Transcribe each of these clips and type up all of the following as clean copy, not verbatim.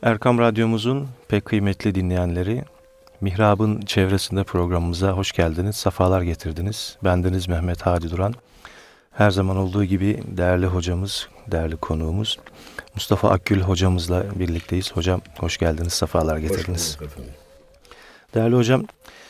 Erkam Radyomuzun pek kıymetli dinleyenleri, Mihrab'ın çevresinde programımıza hoş geldiniz, sefalar getirdiniz. Bendeniz Mehmet Hadi Duran. Her zaman olduğu gibi değerli hocamız, değerli konuğumuz Mustafa Akgül hocamızla birlikteyiz. Hocam hoş geldiniz, sefalar getirdiniz. Hoş bulduk efendim. Değerli hocam,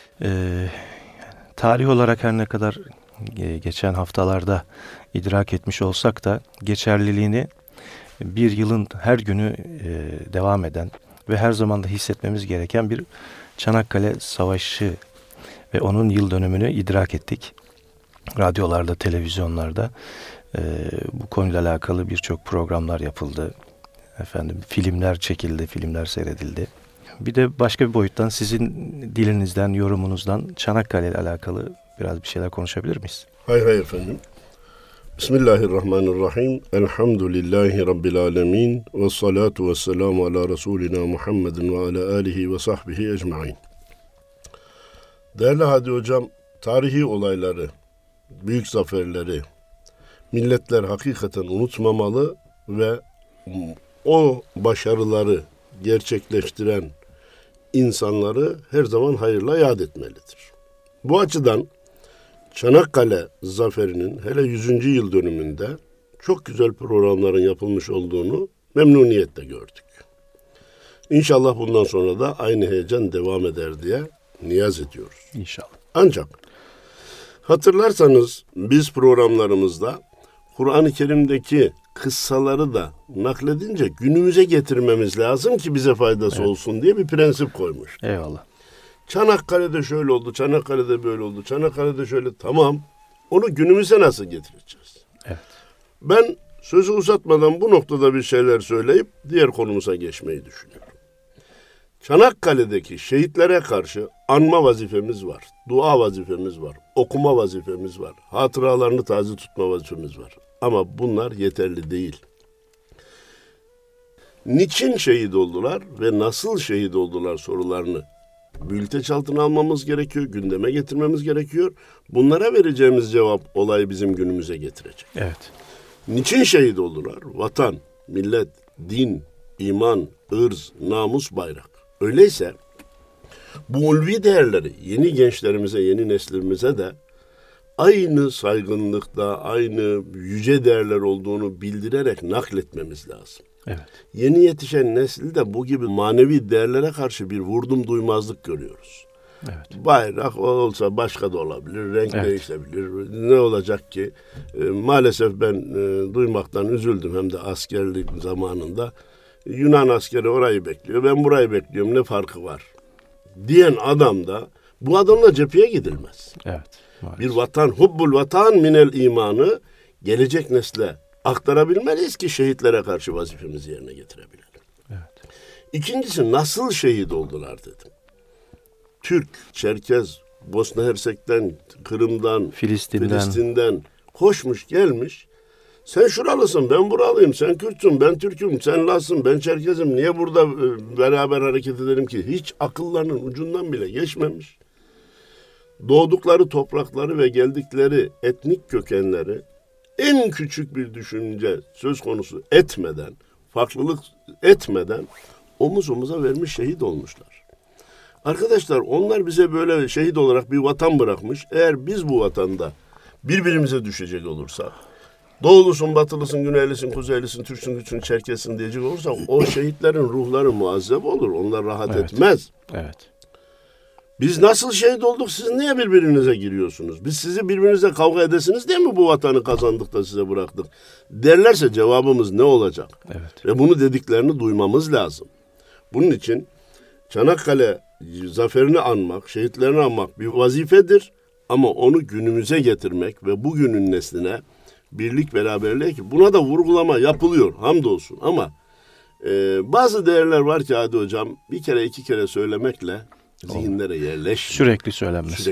tarih olarak her ne kadar geçen haftalarda idrak etmiş olsak da geçerliliğini bir yılın her günü devam eden ve her zaman da hissetmemiz gereken bir Çanakkale Savaşı ve onun yıl dönümünü idrak ettik. Radyolarda, televizyonlarda bu konuyla alakalı birçok programlar yapıldı. Filmler çekildi, filmler seyredildi. Bir de başka bir boyuttan sizin dilinizden, yorumunuzdan Çanakkale ile alakalı biraz bir şeyler konuşabilir miyiz? Hayır efendim. Bismillahirrahmanirrahim. Elhamdülillahi Rabbil alemin. Ve salatu ve selamu ala Resulina Muhammedin ve ala alihi ve sahbihi ecmain. Değerli Hadi Hocam, tarihi olayları, büyük zaferleri milletler hakikaten unutmamalı ve o başarıları gerçekleştiren insanları her zaman hayırla yad etmelidir. Bu açıdan Çanakkale Zaferi'nin hele 100. yıl dönümünde çok güzel programların yapılmış olduğunu memnuniyetle gördük. İnşallah bundan sonra da aynı heyecan devam eder diye niyaz ediyoruz. İnşallah. Ancak hatırlarsanız biz programlarımızda Kur'an-ı Kerim'deki kıssaları da nakledince günümüze getirmemiz lazım ki bize faydası olsun diye bir prensip koymuş. Eyvallah. Çanakkale'de şöyle oldu, Çanakkale'de böyle oldu, Çanakkale'de şöyle, tamam. Onu günümüze nasıl getireceğiz? Evet. Ben sözü uzatmadan bu noktada bir şeyler söyleyip diğer konumuza geçmeyi düşünüyorum. Çanakkale'deki şehitlere karşı anma vazifemiz var, dua vazifemiz var, okuma vazifemiz var, hatıralarını taze tutma vazifemiz var. Ama bunlar yeterli değil. Niçin şehit oldular ve nasıl şehit oldular sorularını bülteç altına almamız gerekiyor, gündeme getirmemiz gerekiyor. Bunlara vereceğimiz cevap olayı bizim günümüze getirecek. Evet. Niçin şehit oldular? Vatan, millet, din, iman, ırz, namus, bayrak. Öyleyse bu ulvi değerleri yeni gençlerimize, yeni neslimize de aynı saygınlıkta, aynı yüce değerler olduğunu bildirerek nakletmemiz lazım. Evet. Yeni yetişen nesilde bu gibi manevi değerlere karşı bir vurdum duymazlık görüyoruz. Evet. Bayrak olsa başka da olabilir, renk değişebilir. Ne olacak ki? Maalesef ben duymaktan üzüldüm, hem de askerlik zamanında. Yunan askeri orayı bekliyor, ben burayı bekliyorum, ne farkı var diyen adam da, bu adamla cepheye gidilmez. Evet. Maalesef. Bir vatan, hubbul vatan minel imanı gelecek nesle aktarabilmeliyiz ki şehitlere karşı vazifemizi yerine getirebilelim. Evet. İkincisi, nasıl şehit oldular dedim. Türk, Çerkez, Bosna Hersek'ten, Kırım'dan, Filistin'den koşmuş gelmiş. Sen şuralısın, ben buralıyım, sen Kürtsün, ben Türk'üm, sen Laz'sın, ben Çerkez'im. Niye burada beraber hareket edelim ki? Hiç akıllarının ucundan bile geçmemiş. Doğdukları toprakları ve geldikleri etnik kökenleri en küçük bir düşünce söz konusu etmeden, farklılık etmeden omuz omuza vermiş, şehit olmuşlar. Arkadaşlar, onlar bize böyle şehit olarak bir vatan bırakmış. Eğer biz bu vatanda birbirimize düşecek olursak, doğulusun, batılısın, güneylisin, kuzeylisin, Türksün, Kürtsün, Çerkezsin diyecek olursak, o şehitlerin ruhları muazzeb olur. Onlar rahat etmez. Evet. Biz nasıl şehit olduk, siz niye birbirinize giriyorsunuz? Biz sizi birbirinize kavga edesiniz diye mi bu vatanı kazandık da size bıraktık? Derlerse cevabımız ne olacak? Evet. Ve bunu dediklerini duymamız lazım. Bunun için Çanakkale zaferini anmak, şehitlerini anmak bir vazifedir. Ama onu günümüze getirmek ve bugünün nesline birlik, beraberlik, buna da vurgulama yapılıyor hamdolsun. Ama bazı değerler var ki Hadi Hocam, bir kere iki kere söylemekle zihinlere yerleşmiyor. Sürekli söylenmesi.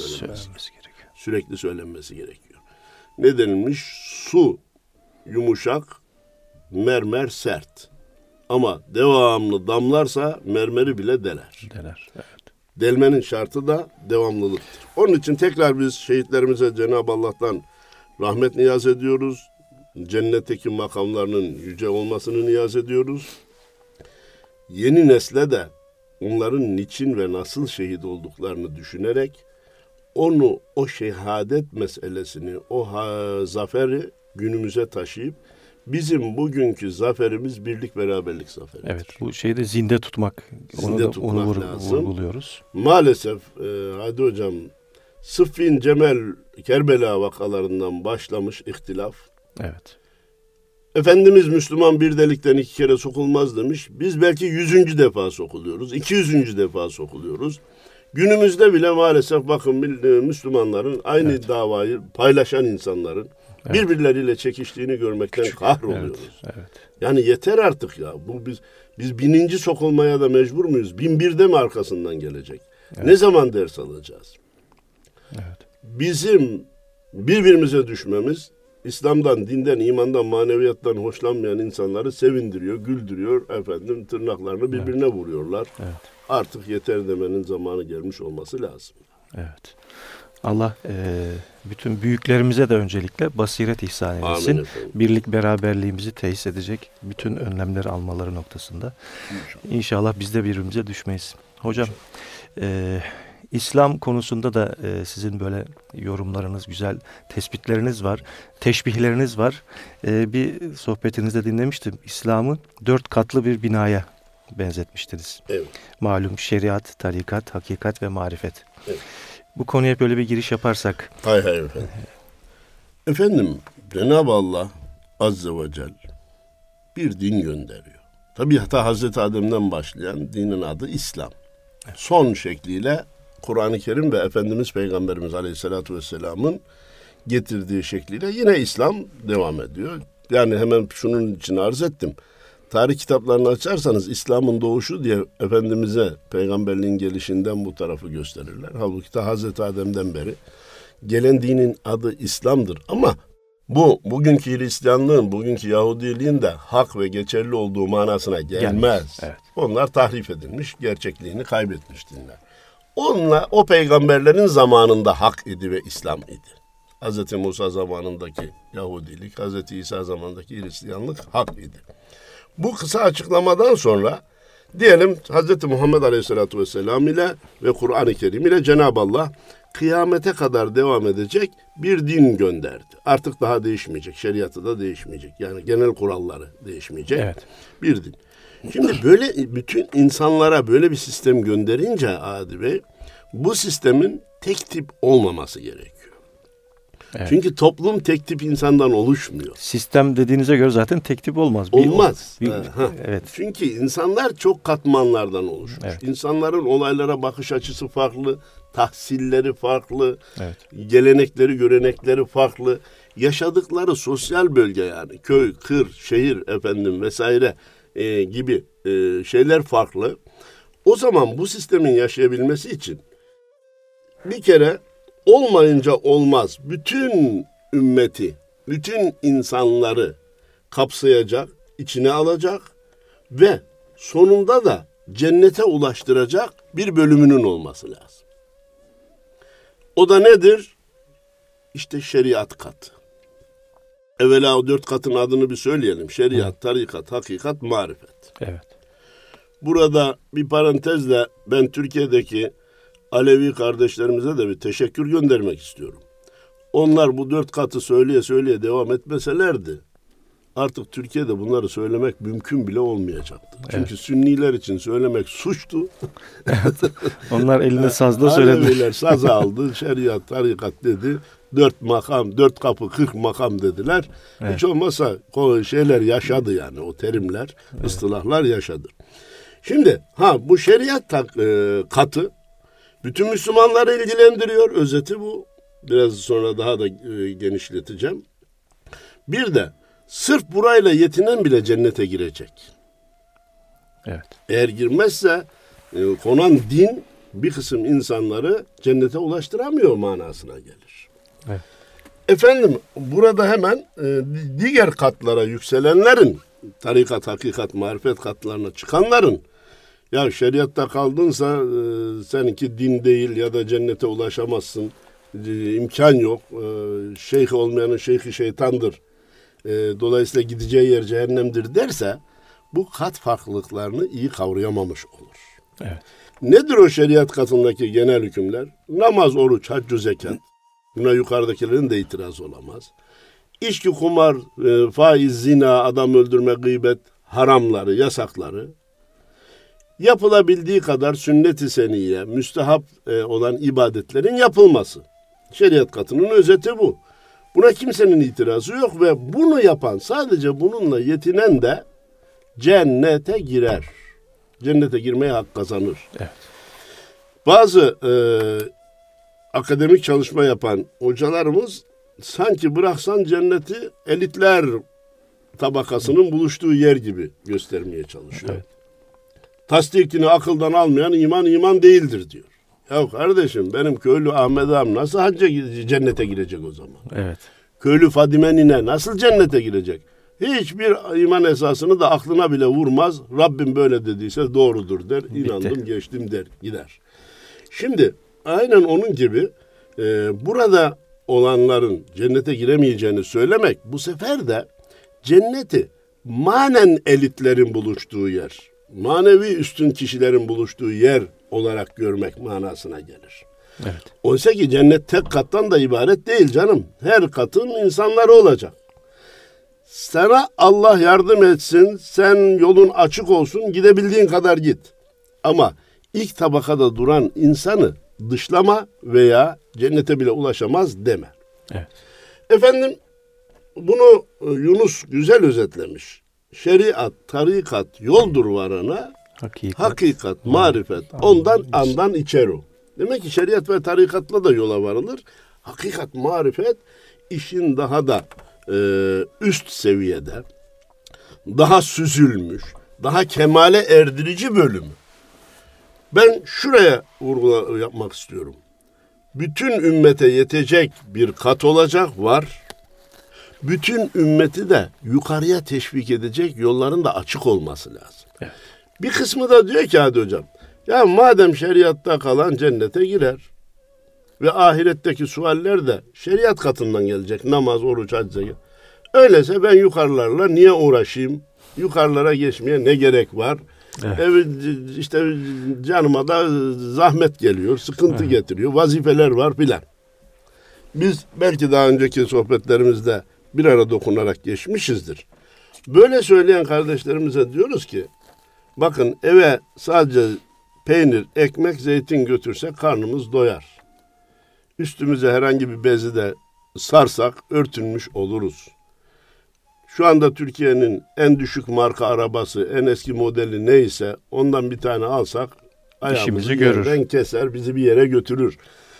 Sürekli söylenmesi gerekiyor. Ne denilmiş? Su yumuşak, mermer sert. Ama devamlı damlarsa mermeri bile deler. Evet. Delmenin şartı da devamlılıktır. Onun için tekrar biz şehitlerimize Cenab-ı Allah'tan rahmet niyaz ediyoruz. Cennetteki makamlarının yüce olmasını niyaz ediyoruz. yeni nesle de onların niçin ve nasıl şehit olduklarını düşünerek o şehadet meselesini, zaferi günümüze taşıyıp bizim bugünkü zaferimiz birlik beraberlik zaferidir. Evet, bu şeyi de zinde tutmak. Onu lazım. Vurguluyoruz. Maalesef Hadi Hocam, Sıffin, Cemel, Kerbela vakalarından başlamış ihtilaf. Evet. Efendimiz Müslüman bir delikten 2 kere sokulmaz demiş. Biz belki 100. defa sokuluyoruz. 200. defa sokuluyoruz. Günümüzde bile maalesef bakın Müslümanların aynı davayı paylaşan insanların birbirleriyle çekiştiğini görmekten kahroluyoruz. Evet. Yani yeter artık ya. Biz 1000. sokulmaya da mecbur muyuz? 1001'de mi arkasından gelecek? Evet. Ne zaman ders alacağız? Evet. Bizim birbirimize düşmemiz İslam'dan, dinden, imandan, maneviyattan hoşlanmayan insanları sevindiriyor, güldürüyor. Tırnaklarını birbirine vuruyorlar. Evet. Artık yeter demenin zamanı gelmiş olması lazım. Evet. Allah bütün büyüklerimize de öncelikle basiret ihsan eylesin. Birlik beraberliğimizi tesis edecek bütün önlemleri almaları noktasında. İnşallah biz de birbirimize düşmeyiz. Hocam, İslam konusunda da sizin böyle yorumlarınız, güzel tespitleriniz var, teşbihleriniz var. Bir sohbetinizde dinlemiştim. İslam'ı 4 katlı bir binaya benzetmiştiniz. Evet. Malum şeriat, tarikat, hakikat ve marifet. Evet. Bu konuya böyle bir giriş yaparsak. Hayır efendim. Efendim, Cenab-ı Allah Azze ve Celle bir din gönderiyor. Tabii hatta Hazreti Adem'den başlayan dinin adı İslam. Evet. Son şekliyle Kur'an-ı Kerim ve Efendimiz Peygamberimiz Aleyhisselatü Vesselam'ın getirdiği şekliyle yine İslam devam ediyor. Yani hemen şunun için arz ettim. Tarih kitaplarını açarsanız İslam'ın doğuşu diye Efendimiz'e peygamberliğin gelişinden bu tarafı gösterirler. Halbuki ta Hazreti Adem'den beri gelen dinin adı İslam'dır. Ama bugünkü Hristiyanlığın, bugünkü Yahudiliğin de hak ve geçerli olduğu manasına gelmez. Evet. Onlar tahrif edilmiş, gerçekliğini kaybetmiş dinler. O peygamberlerin zamanında hak idi ve İslam idi. Hz. Musa zamanındaki Yahudilik, Hz. İsa zamanındaki Hristiyanlık hak idi. Bu kısa açıklamadan sonra diyelim Hz. Muhammed Aleyhisselatü Vesselam ile ve Kur'an-ı Kerim ile Cenab-ı Allah kıyamete kadar devam edecek bir din gönderdi. Artık daha değişmeyecek, şeriatı da değişmeyecek. Yani genel kuralları değişmeyecek. Evet. Bir din. Şimdi böyle bütün insanlara böyle bir sistem gönderince Adi Bey, bu sistemin tek tip olmaması gerekiyor. Evet. Çünkü toplum tek tip insandan oluşmuyor. Sistem dediğinize göre zaten tek tip olmaz. Olmaz. Evet. Çünkü insanlar çok katmanlardan oluşmuş. Evet. İnsanların olaylara bakış açısı farklı, tahsilleri farklı, evet, gelenekleri, görenekleri farklı. Yaşadıkları sosyal bölge yani köy, kır, şehir vesaire gibi şeyler farklı. O zaman bu sistemin yaşayabilmesi için bir kere olmayınca olmaz. Bütün ümmeti, bütün insanları kapsayacak, içine alacak ve sonunda da cennete ulaştıracak bir bölümünün olması lazım. O da nedir? İşte şeriat katı. Evvela o 4 katın adını bir söyleyelim. Şeriat, tarikat, hakikat, marifet. Evet. Burada bir parantezle ben Türkiye'deki Alevi kardeşlerimize de bir teşekkür göndermek istiyorum. Onlar bu 4 katı söyleye devam etmeselerdi artık Türkiye'de bunları söylemek mümkün bile olmayacaktı. Evet. Çünkü Sünniler için söylemek suçtu. Evet. Onlar eline sazla söylediler. Aleviler sazı aldı, şeriat, tarikat dedi. 4 makam, 4 kapı, 40 makam dediler. Evet. Hiç olmazsa şeyler yaşadı yani o terimler, evet, ıstılahlar yaşadı. Şimdi bu şeriat katı bütün Müslümanları ilgilendiriyor. Özeti bu. Biraz sonra daha da genişleteceğim. Bir de sırf burayla yetinen bile cennete girecek. Evet. Eğer girmezse konan din bir kısım insanları cennete ulaştıramıyor manasına gelir. Evet. Efendim burada hemen diğer katlara yükselenlerin, tarikat, hakikat, marifet katlarına çıkanların, ya şeriatta kaldınsa seninki din değil ya da cennete ulaşamazsın, imkan yok, şeyh olmayanın şeyhi şeytandır, dolayısıyla gideceği yer cehennemdir derse, bu kat farklılıklarını iyi kavrayamamış olur. Evet. Nedir o şeriat katındaki genel hükümler? Namaz, oruç, hac, zekat. Buna yukarıdakilerin de itirazı olamaz. İçki, kumar, faiz, zina, adam öldürme, gıybet, haramları, yasakları. Yapılabildiği kadar sünnet-i seniyye, müstehap olan ibadetlerin yapılması. Şeriat katının özeti bu. Buna kimsenin itirazı yok ve bunu yapan, sadece bununla yetinen de cennete girer. Cennete girmeye hak kazanır. Evet. Bazı akademik çalışma yapan hocalarımız sanki bıraksan cenneti elitler tabakasının buluştuğu yer gibi göstermeye çalışıyor. Evet. Tasdikini akıldan almayan iman değildir diyor. Ya kardeşim, benim köylü Ahmet ağam nasıl cennete girecek o zaman? Evet. Köylü Fadime nine nasıl cennete girecek? Hiçbir iman esasını da aklına bile vurmaz. Rabbim böyle dediyse doğrudur der. İnandım, geçtim der, gider. Şimdi aynen onun gibi burada olanların cennete giremeyeceğini söylemek, bu sefer de cenneti manen elitlerin buluştuğu yer, manevi üstün kişilerin buluştuğu yer olarak görmek manasına gelir. Evet. Oysa ki cennet tek kattan da ibaret değil canım. Her katın insanları olacak. Sana Allah yardım etsin, sen yolun açık olsun, gidebildiğin kadar git. Ama ilk tabakada duran insanı dışlama veya cennete bile ulaşamaz deme. Evet. Efendim, bunu Yunus güzel özetlemiş. Şeriat, tarikat yoldur varana, hakikat, marifet ondan andan içer o. Demek ki şeriat ve tarikatla da yola varılır. Hakikat, marifet işin daha da üst seviyede, daha süzülmüş, daha kemale erdirici bölümü. Ben şuraya vurgu yapmak istiyorum. Bütün ümmete yetecek bir kat olacak, var. Bütün ümmeti de yukarıya teşvik edecek yolların da açık olması lazım. Evet. Bir kısmı da diyor ki hadi hocam, ya madem şeriatta kalan cennete girer ve ahiretteki sualler de şeriat katından gelecek. Namaz, oruç, hac, zekat. Öyleyse ben yukarılarla niye uğraşayım? Yukarılara geçmeye ne gerek var? Evet. İşte canıma da zahmet geliyor, sıkıntı getiriyor, vazifeler var filan. Biz belki daha önceki sohbetlerimizde bir ara dokunarak geçmişizdir. Böyle söyleyen kardeşlerimize diyoruz ki, bakın eve sadece peynir, ekmek, zeytin götürsek karnımız doyar. Üstümüze herhangi bir bezi de sarsak örtünmüş oluruz. Şu anda Türkiye'nin en düşük marka arabası, en eski modeli neyse ondan bir tane alsak ayağımızı yerden keser, bizi bir yere götürür.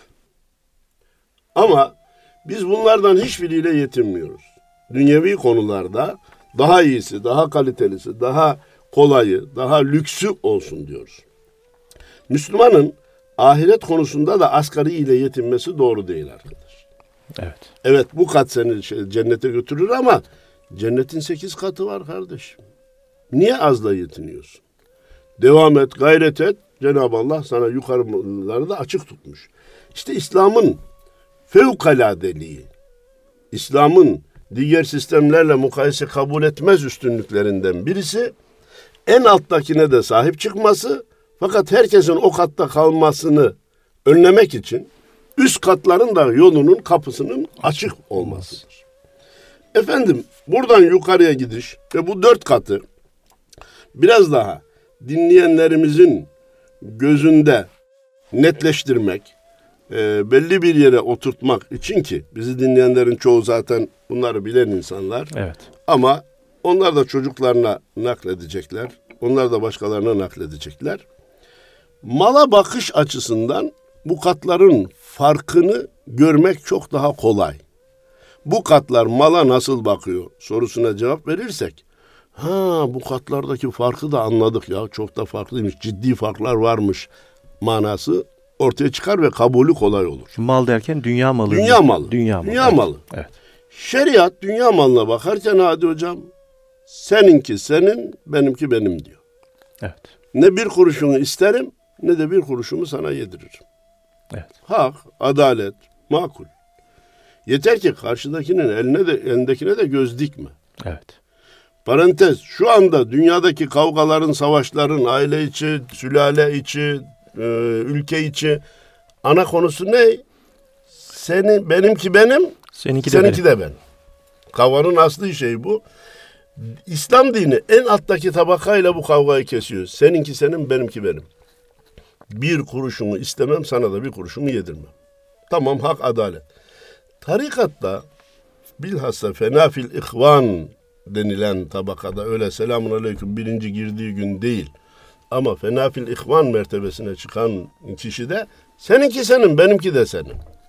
Ama biz bunlardan hiçbiriyle yetinmiyoruz. Dünyevi konularda daha iyisi, daha kalitelisi, daha kolayı, daha lüksü olsun diyoruz. Müslümanın ahiret konusunda da asgari ile yetinmesi doğru değil arkadaş. Evet. Evet, bu kat seni cennete götürür ama cennetin 8 katı var kardeşim. Niye azla yetiniyorsun? Devam et, gayret et. Cenab-ı Allah sana yukarıları da açık tutmuş. İşte İslam'ın fevkaladeliği, İslam'ın diğer sistemlerle mukayese kabul etmez üstünlüklerinden birisi, en alttakine de sahip çıkması, fakat herkesin o katta kalmasını önlemek için üst katların da yolunun, kapısının açık olmasıdır. Efendim, buradan yukarıya gidiş ve bu 4 katı biraz daha dinleyenlerimizin gözünde netleştirmek, belli bir yere oturtmak için, ki bizi dinleyenlerin çoğu zaten bunları bilen insanlar. Evet. Ama onlar da çocuklarına nakledecekler. Onlar da başkalarına nakledecekler. Mala bakış açısından bu katların farkını görmek çok daha kolay. Bu katlar mala nasıl bakıyor sorusuna cevap verirsek, bu katlardaki farkı da anladık ya, çok da farklıymış, ciddi farklar varmış manası ortaya çıkar ve kabulü kolay olur. Mal derken dünya malı. Dünya malı. Dünya malı. Evet. Şeriat dünya malına bakarken hadi hocam, seninki senin, benimki benim diyor. Evet. Ne bir kuruşunu isterim, ne de bir kuruşumu sana yediririm. Evet. Hak, adalet, makul. Yeter ki karşıdakinin elindekine de göz dikme. Evet. Parantez, şu anda dünyadaki kavgaların, savaşların, aile içi, sülale içi, ülke içi ana konusu ne? Benimki benim, seninki de benim. Kavganın aslı şeyi bu. İslam dini en alttaki tabakayla bu kavgayı kesiyor. Seninki senin, benimki benim. Bir kuruşumu istemem, sana da bir kuruşumu yedirmem. Tamam, hak, adalet. Tarikatta bilhassa fenafil ihvan denilen tabakada öyle selamun aleyküm birinci girdiği gün değil. Ama fenafil ihvan mertebesine çıkan kişi de seninki senin, benimki de senin.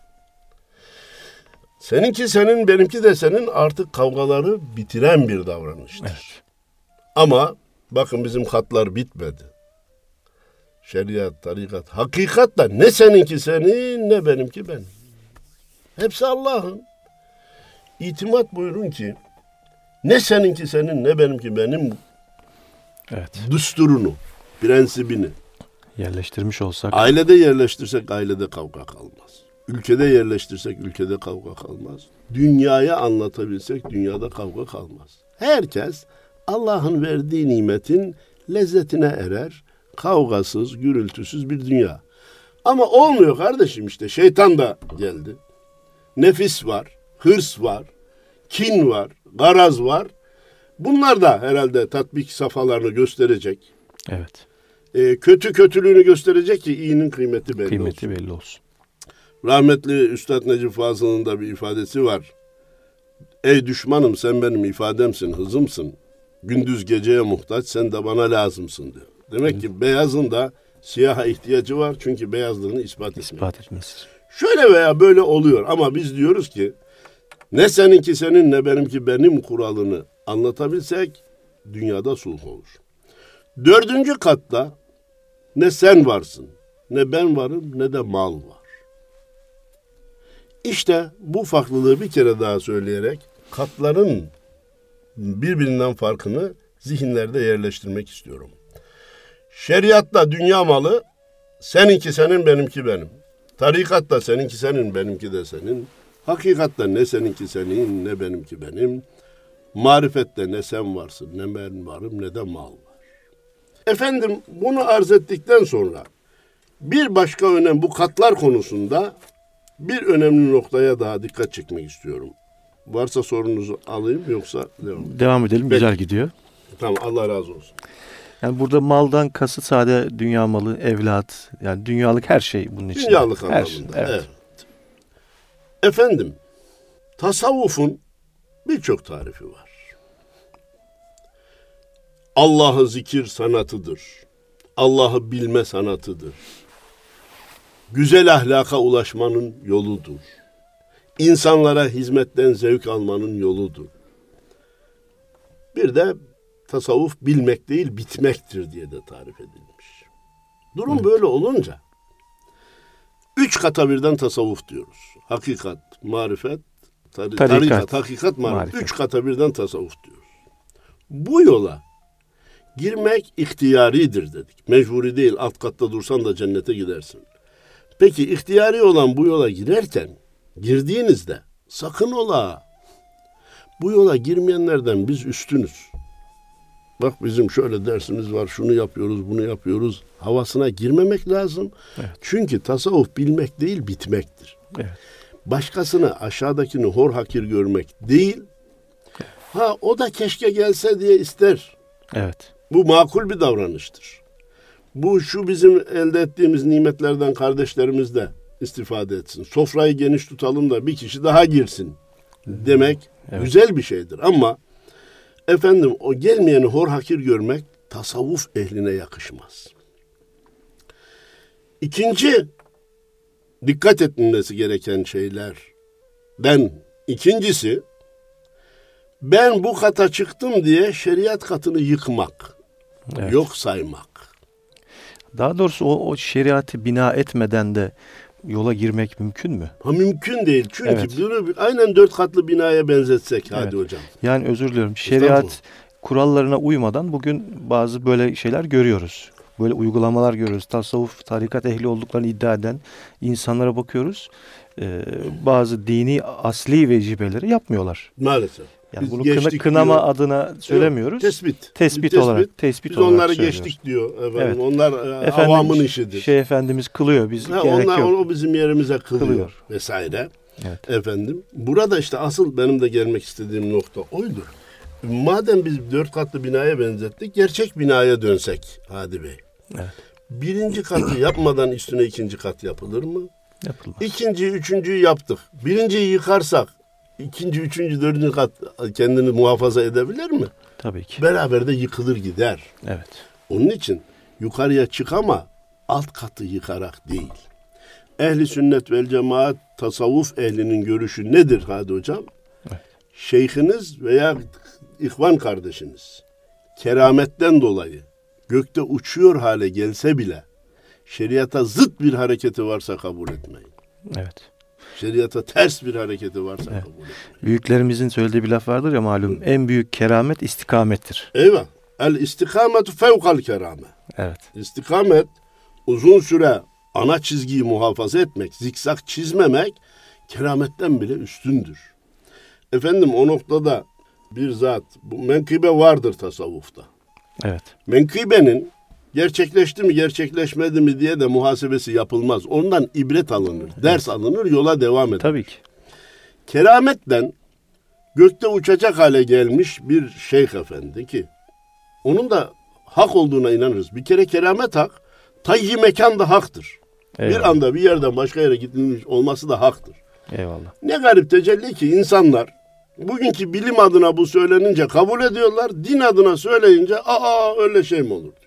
Seninki senin, benimki de senin artık kavgaları bitiren bir davranıştır. Evet. Ama bakın bizim hatlar bitmedi. Şeriat, tarikat, hakikat da ne seninki senin, ne benimki benim. Hepsi Allah'ın. İtimat buyurun ki ne seninki senin, ne benimki benim, evet, düsturunu, prensibini yerleştirmiş olsak, ailede yerleştirsek ailede kavga kalmaz. Ülkede yerleştirsek ülkede kavga kalmaz. Dünyaya anlatabilsek dünyada kavga kalmaz. Herkes Allah'ın verdiği nimetin lezzetine erer. Kavgasız, gürültüsüz bir dünya. Ama olmuyor kardeşim işte. Şeytan da geldi. Nefis var, hırs var, kin var, garaz var. Bunlar da herhalde tatbik safhalarını gösterecek. Evet. Kötü kötülüğünü gösterecek ki iyinin kıymeti belli olsun. Rahmetli Üstad Necip Fazıl'ın da bir ifadesi var. Ey düşmanım sen benim ifademsin, hızımsın. Gündüz geceye muhtaç, sen de bana lazımsın diyor. Demek ki beyazın da siyaha ihtiyacı var. Çünkü beyazlığını ispat etmesi. Şöyle veya böyle oluyor ama biz diyoruz ki ne seninki senin, ne benimki benim kuralını anlatabilsek dünyada sulh olur. 4. katta ne sen varsın, ne ben varım, ne de mal var. İşte bu farklılığı bir kere daha söyleyerek katların birbirinden farkını zihinlerde yerleştirmek istiyorum. Şeriatta dünya malı seninki senin, benimki benim. Tarikatta seninki senin, benimki de senin. Hakikatta ne seninki senin, ne benimki benim. Marifette ne sen varsın, ne ben varım, ne de mal var. Efendim bunu arz ettikten sonra bir başka önem bu katlar konusunda bir önemli noktaya daha dikkat çekmek istiyorum. Varsa sorunuzu alayım yoksa devam edelim. Güzel gidiyor. Tamam, Allah razı olsun. Yani burada maldan kasıt sade dünya malı, evlat, yani dünyalık her şey bunun içinde. Dünyalık anlamında. Evet. Efendim, tasavvufun birçok tarifi var. Allah'ı zikir sanatıdır. Allah'ı bilme sanatıdır. Güzel ahlaka ulaşmanın yoludur. İnsanlara hizmetten zevk almanın yoludur. Bir de tasavvuf bilmek değil bitmektir diye de tarif edilmiş. Durum böyle olunca 3 kata birden tasavvuf diyoruz. Hakikat, marifet, tarikat, hakikat, marifet. 3 kata birden tasavvuf diyoruz. Bu yola girmek ihtiyaridir dedik. Mecburi değil, alt katta dursan da cennete gidersin. Peki ihtiyari olan bu yola girerken, girdiğinizde sakın ola bu yola girmeyenlerden biz üstünüz. Bak bizim şöyle dersimiz var, şunu yapıyoruz, bunu yapıyoruz havasına girmemek lazım. Evet. Çünkü tasavvuf bilmek değil, bitmektir. Evet. Başkasını, aşağıdakini hor hakir görmek değil, o da keşke gelse diye ister. Evet. Bu makul bir davranıştır. Bu şu bizim elde ettiğimiz nimetlerden kardeşlerimiz de istifade etsin. Sofrayı geniş tutalım da bir kişi daha girsin demek güzel bir şeydir. Ama efendim o gelmeyeni hor hakir görmek tasavvuf ehline yakışmaz. İkinci dikkat edilmesi gereken şeylerden ikincisi ben bu kata çıktım diye şeriat katını yıkmak, yok saymak. Daha doğrusu o şeriatı bina etmeden de yola girmek mümkün mü? Mümkün değil. Çünkü bunu aynen 4 katlı binaya benzetsek hadi hocam. Yani özür diliyorum. Şeriat kurallarına uymadan bugün bazı böyle şeyler görüyoruz. Böyle uygulamalar görüyoruz. Tasavvuf, tarikat ehli olduklarını iddia eden insanlara bakıyoruz. Bazı dini asli vecibeleri yapmıyorlar. Maalesef. Yani bunu kınama diyor. Adına söylemiyoruz. Tespit olarak. Biz onları geçtik diyor efendim. Evet. Onlar avamın işidir. Efendimiz kılıyor. Biz onlar o bizim yerimize kılıyor vesaire. Evet. Efendim. Burada işte asıl benim de gelmek istediğim nokta oydu. Madem biz 4 katlı binaya benzettik, gerçek binaya dönsek Hadi Bey. Evet. 1. katı yapmadan üstüne 2. kat yapılır mı? Yapılmaz. 2., 3.'yü yaptık. 1.'yi yıkarsak 2., 3., 4. kat kendini muhafaza edebilir mi? Tabii ki. Beraber de yıkılır gider. Evet. Onun için yukarıya çık ama alt katı yıkarak değil. Ehli sünnet vel cemaat, tasavvuf ehlinin görüşü nedir Hadi Hocam? Evet. Şeyhiniz veya ihvan kardeşiniz kerametten dolayı gökte uçuyor hale gelse bile şeriata zıt bir hareketi varsa kabul etmeyin. Evet. Şeriata ters bir hareketi varsa kabul etmeyin. Büyüklerimizin söylediği bir laf vardır ya malum. En büyük keramet istikamettir. Eyvah. El istikametu fevkal kerame. Evet. İstikamet uzun süre ana çizgiyi muhafaza etmek, zikzak çizmemek kerametten bile üstündür. Efendim o noktada bir zat, bu menkıbe vardır tasavvufta. Evet. Menkıbenin gerçekleşti mi gerçekleşmedi mi diye de muhasebesi yapılmaz. Ondan ibret alınır, ders alınır, yola devam eder. Tabii ki. Kerametten gökte uçacak hale gelmiş bir şeyh efendi ki onun da hak olduğuna inanırız. Bir kere keramet hak, tayyi mekan da haktır. Eyvallah. Bir anda bir yerden başka yere gidilmiş olması da haktır. Eyvallah. Ne garip tecelli ki insanlar bugünkü bilim adına bu söylenince kabul ediyorlar. Din adına söyleyince öyle şey mi olur diyor.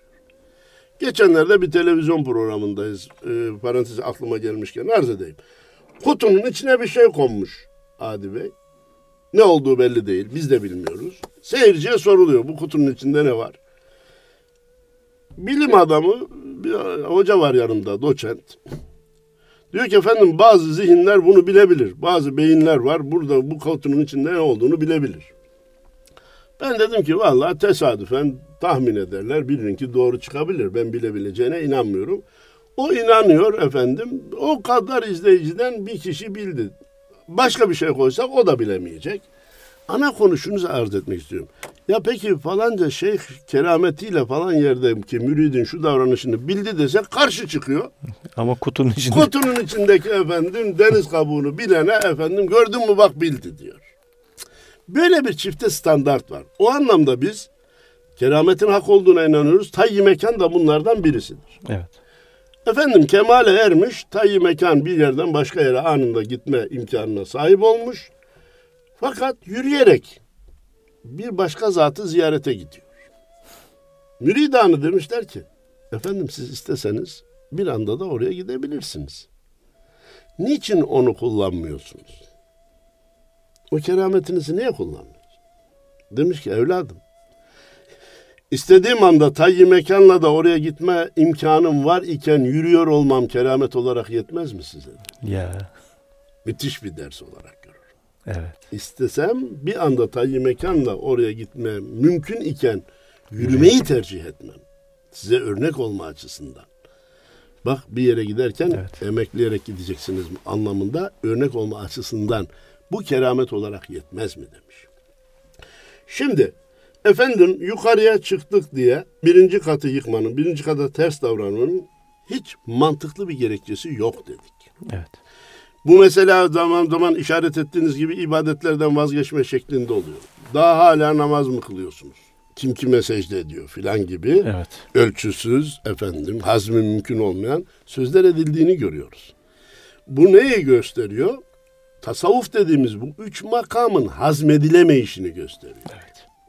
Geçenlerde bir televizyon programındayız. Parantez aklıma gelmişken arz edeyim. Kutunun içine bir şey konmuş Hadi Bey. Ne olduğu belli değil. Biz de bilmiyoruz. Seyirciye soruluyor. Bu kutunun içinde ne var? Bilim adamı bir hoca var yanımda, doçent. Diyor ki efendim bazı zihinler bunu bilebilir. Bazı beyinler var. Burada bu kutunun içinde ne olduğunu bilebilir. Ben dedim ki vallahi tesadüfen tahmin ederler. Birininki doğru çıkabilir. Ben bilebileceğine inanmıyorum. O inanıyor efendim. O kadar izleyiciden bir kişi bildi. Başka bir şey koysak o da bilemeyecek. Ana konu şunu arz etmek istiyorum. Ya peki falanca şeyh kerametiyle falan yerdeki müridin şu davranışını bildi desek karşı çıkıyor. Ama kutunun içindeki efendim deniz kabuğunu bilene efendim gördün mü bak bildi diyor. Böyle bir çifte standart var. O anlamda biz kerametin hak olduğuna inanıyoruz. Tayyi mekan da bunlardan birisidir. Evet. Efendim kemale ermiş, tayyi mekan bir yerden başka yere anında gitme imkanına sahip olmuş. Fakat yürüyerek bir başka zatı ziyarete gidiyor. Müridanı demişler ki, efendim siz isteseniz bir anda da oraya gidebilirsiniz. Niçin onu kullanmıyorsunuz? O kerametinizi niye kullanmıyorsunuz? Demiş ki evladım, İstediğim anda tayyi mekanla da oraya gitme imkanım var iken yürüyor olmam keramet olarak yetmez mi size? Ya. Müthiş bir ders olarak görürüm. Evet. İstesem bir anda tayyi mekanla oraya gitme mümkün iken yürümeyi tercih etmem. Size örnek olma açısından. Bak bir yere giderken emekleyerek gideceksiniz anlamında örnek olma açısından bu keramet olarak yetmez mi demiş. Şimdi efendim yukarıya çıktık diye 1. katı yıkmanın, 1. kata ters davranmanın hiç mantıklı bir gerekçesi yok dedik. Evet. Bu mesela zaman zaman işaret ettiğiniz gibi ibadetlerden vazgeçme şeklinde oluyor. Daha hala namaz mı kılıyorsunuz? Kim kime secde ediyor filan gibi ölçüsüz efendim hazmi mümkün olmayan sözler edildiğini görüyoruz. Bu neyi gösteriyor? Tasavvuf dediğimiz bu 3 makamın hazmedilemeyişini gösteriyor. Evet.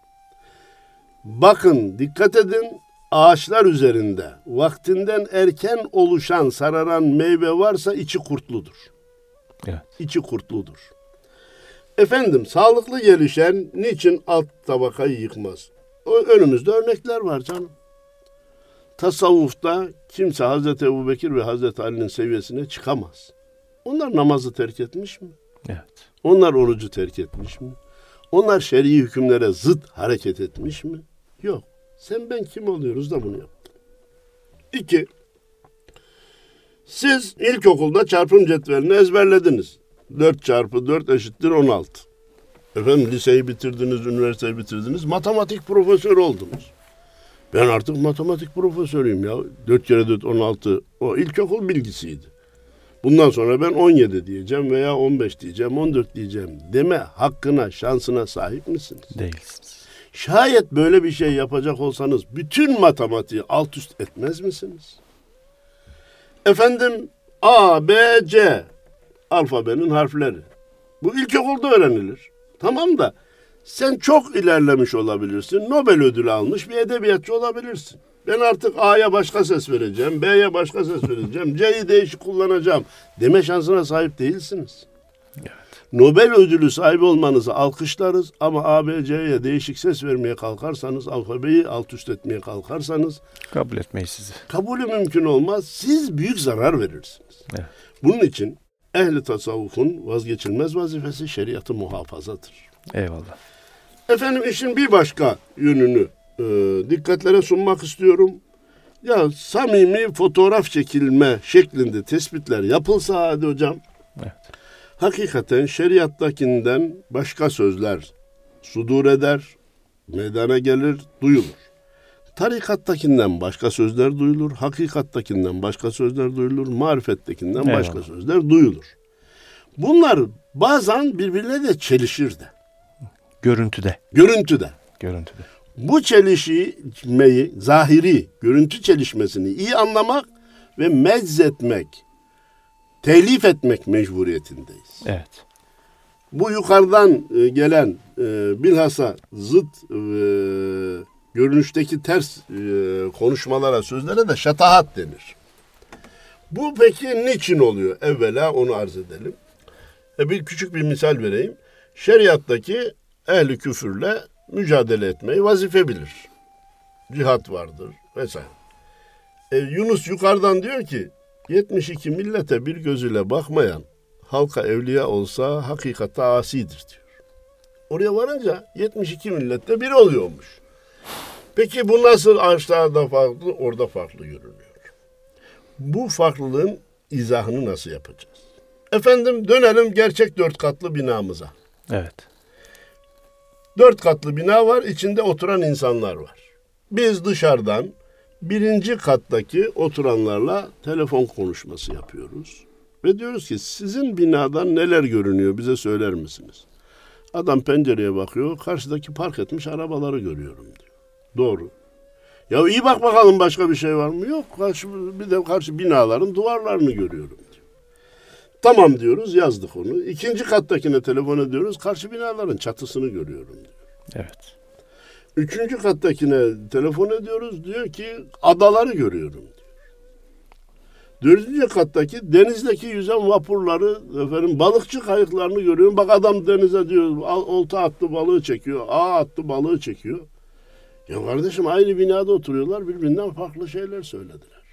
Bakın dikkat edin ağaçlar üzerinde vaktinden erken oluşan sararan meyve varsa içi kurtludur. Evet. İçi kurtludur. Efendim sağlıklı gelişen niçin alt tabakayı yıkmaz? Önümüzde örnekler var canım. Tasavvufta kimse Hazreti Ebubekir ve Hazreti Ali'nin seviyesine çıkamaz. Onlar namazı terk etmiş mi? Evet. Onlar orucu terk etmiş mi? Onlar şer'i hükümlere zıt hareket etmiş mi? Yok. Sen ben kim oluyoruz da bunu yaptın? 2. Siz ilkokulda çarpım cetvelini ezberlediniz. 4 çarpı 4 eşittir 16. Efendim liseyi bitirdiniz, üniversiteyi bitirdiniz, matematik profesörü oldunuz. Ben artık matematik profesörüyüm ya. 4 kere 4 16 o ilkokul bilgisiydi. Bundan sonra ben 17 diyeceğim veya 15 diyeceğim, 14 diyeceğim deme hakkına, şansına sahip misiniz? Değilsiniz. Şayet böyle bir şey yapacak olsanız bütün matematiği alt üst etmez misiniz? Efendim A, B, C alfabenin harfleri. Bu ilkokulda öğrenilir. Tamam da sen çok ilerlemiş olabilirsin. Nobel ödülü almış bir edebiyatçı olabilirsin. Ben artık A'ya başka ses vereceğim, B'ye başka ses vereceğim, C'yi değişik kullanacağım deme şansına sahip değilsiniz. Evet. Nobel ödülü sahibi olmanızı alkışlarız ama A, B, C'ye değişik ses vermeye kalkarsanız, alfabeyi alt üst etmeye kalkarsanız Kabul etmeyiz sizi. kabulü mümkün olmaz. Siz büyük zarar verirsiniz. Evet. Bunun için ehli tasavvufun vazgeçilmez vazifesi şeriatı muhafazadır. Eyvallah. Efendim işin bir başka yönünü dikkatlere sunmak istiyorum. Ya samimi fotoğraf çekilme şeklinde tespitler yapılsa hadi hocam. Evet. Hakikaten şeriattakinden başka sözler sudur eder, meydana gelir, duyulur. Tarikattakinden başka sözler duyulur, hakikattakinden başka sözler duyulur, marifettekinden başka sözler duyulur. Bunlar bazen birbirine de çelişir de. Görüntüde. Bu çelişmeyi, zahiri, görüntü çelişmesini iyi anlamak ve meczetmek, telif etmek mecburiyetindeyiz. Evet. Bu yukarıdan gelen bilhassa zıt görünüşteki ters konuşmalara, sözlere de şatahat denir. Bu peki niçin oluyor? Evvela onu arz edelim. Küçük bir misal vereyim. Şeriattaki ehli küfürle mücadele etmeyi vazife bilir. Cihat vardır vesaire. Yunus yukarıdan diyor ki 72 millete bir gözüyle bakmayan halka evliya olsa hakikate asidir diyor. Oraya varınca 72 millette biri oluyormuş. Peki bu nasıl aşağıda farklı, orada farklı görünüyor? Bu farklılığın izahını nasıl yapacağız? Efendim dönelim gerçek 4 katlı binamıza. Evet. 4 katlı bina var, içinde oturan insanlar var. Biz dışarıdan 1. kattaki oturanlarla telefon konuşması yapıyoruz. Ve diyoruz ki sizin binadan neler görünüyor bize söyler misiniz? Adam pencereye bakıyor, karşıdaki park etmiş arabaları görüyorum diyor. Doğru. Ya iyi bak bakalım başka bir şey var mı? Yok, karşı binaların duvarlarını görüyorum diyor. Tamam diyoruz, yazdık onu. 2. kattakine telefon ediyoruz, karşı binaların çatısını görüyorum diyor. Evet. 3. kattakine telefon ediyoruz, diyor ki adaları görüyorum diyor. 4. kattaki denizdeki yüzen vapurları, balıkçı kayıklarını görüyorum. Bak adam denize diyor, olta attı balığı çekiyor, ağ attı balığı çekiyor. Ya kardeşim aynı binada oturuyorlar, birbirinden farklı şeyler söylediler.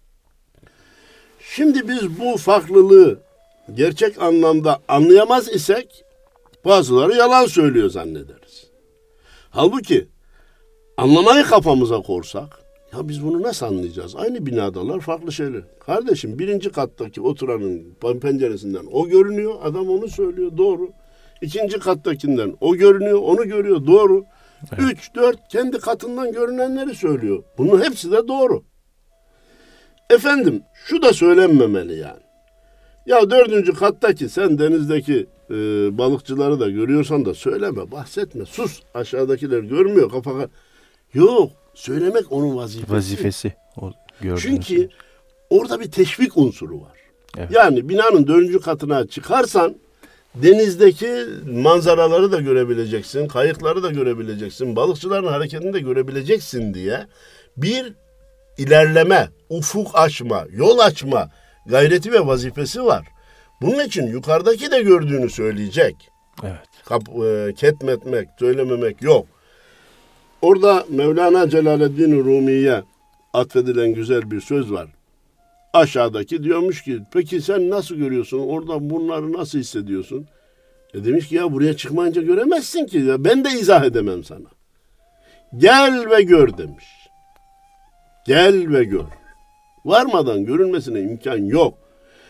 Şimdi biz bu farklılığı gerçek anlamda anlayamaz isek bazıları yalan söylüyor zannederiz. Halbuki anlamayı kafamıza korsak, ya biz bunu nasıl anlayacağız? Aynı binadalar farklı şeyler. Kardeşim 1. kattaki oturanın penceresinden o görünüyor, adam onu söylüyor, doğru. 2. kattakinden o görünüyor, onu görüyor, doğru. Evet. 3, 4 kendi katından görünenleri söylüyor. Bunun hepsi de doğru. Efendim şu da söylenmemeli yani. Ya 4. kattaki sen denizdeki balıkçıları da görüyorsan da söyleme, bahsetme, sus. Aşağıdakiler görmüyor kafa. Yok, söylemek onun vazifesi. O çünkü orada bir teşvik unsuru var. Evet. Yani binanın 4. katına çıkarsan denizdeki manzaraları da görebileceksin, kayıkları da görebileceksin, balıkçıların hareketini de görebileceksin diye bir ilerleme, ufuk açma, yol açma gayreti ve vazifesi var. Bunun için yukarıdaki de gördüğünü söyleyecek. Evet. Ketmetmek, söylememek yok. Orada Mevlana Celaleddin Rumi'ye atfedilen güzel bir söz var. Aşağıdaki diyormuş ki, peki sen nasıl görüyorsun? Orada bunları nasıl hissediyorsun? Demiş ki ya buraya çıkmayınca göremezsin ki. Ya ben de izah edemem sana. Gel ve gör demiş. Gel ve gör. Varmadan görünmesine imkan yok.